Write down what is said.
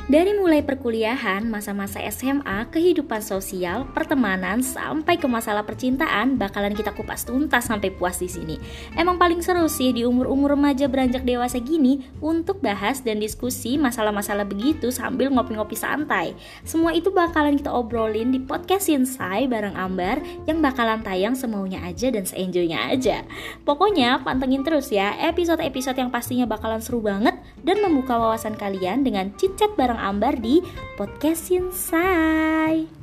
Dari mulai perkuliahan, masa-masa SMA, kehidupan sosial, pertemanan, sampai ke masalah percintaan bakalan kita kupas tuntas sampai puas di sini. Emang paling seru sih di umur-umur remaja beranjak dewasa gini untuk bahas dan diskusi masalah-masalah begitu sambil ngopi-ngopi santai. Semua itu bakalan kita obrolin di podcast Sinsai bareng Ambar yang bakalan tayang semaunya aja dan seenjoynya aja. Pokoknya pantengin terus ya episode-episode yang pastinya bakalan seru banget dan membuka wawasan kalian dengan chit-chat bareng Ambar di podcast Sinsai.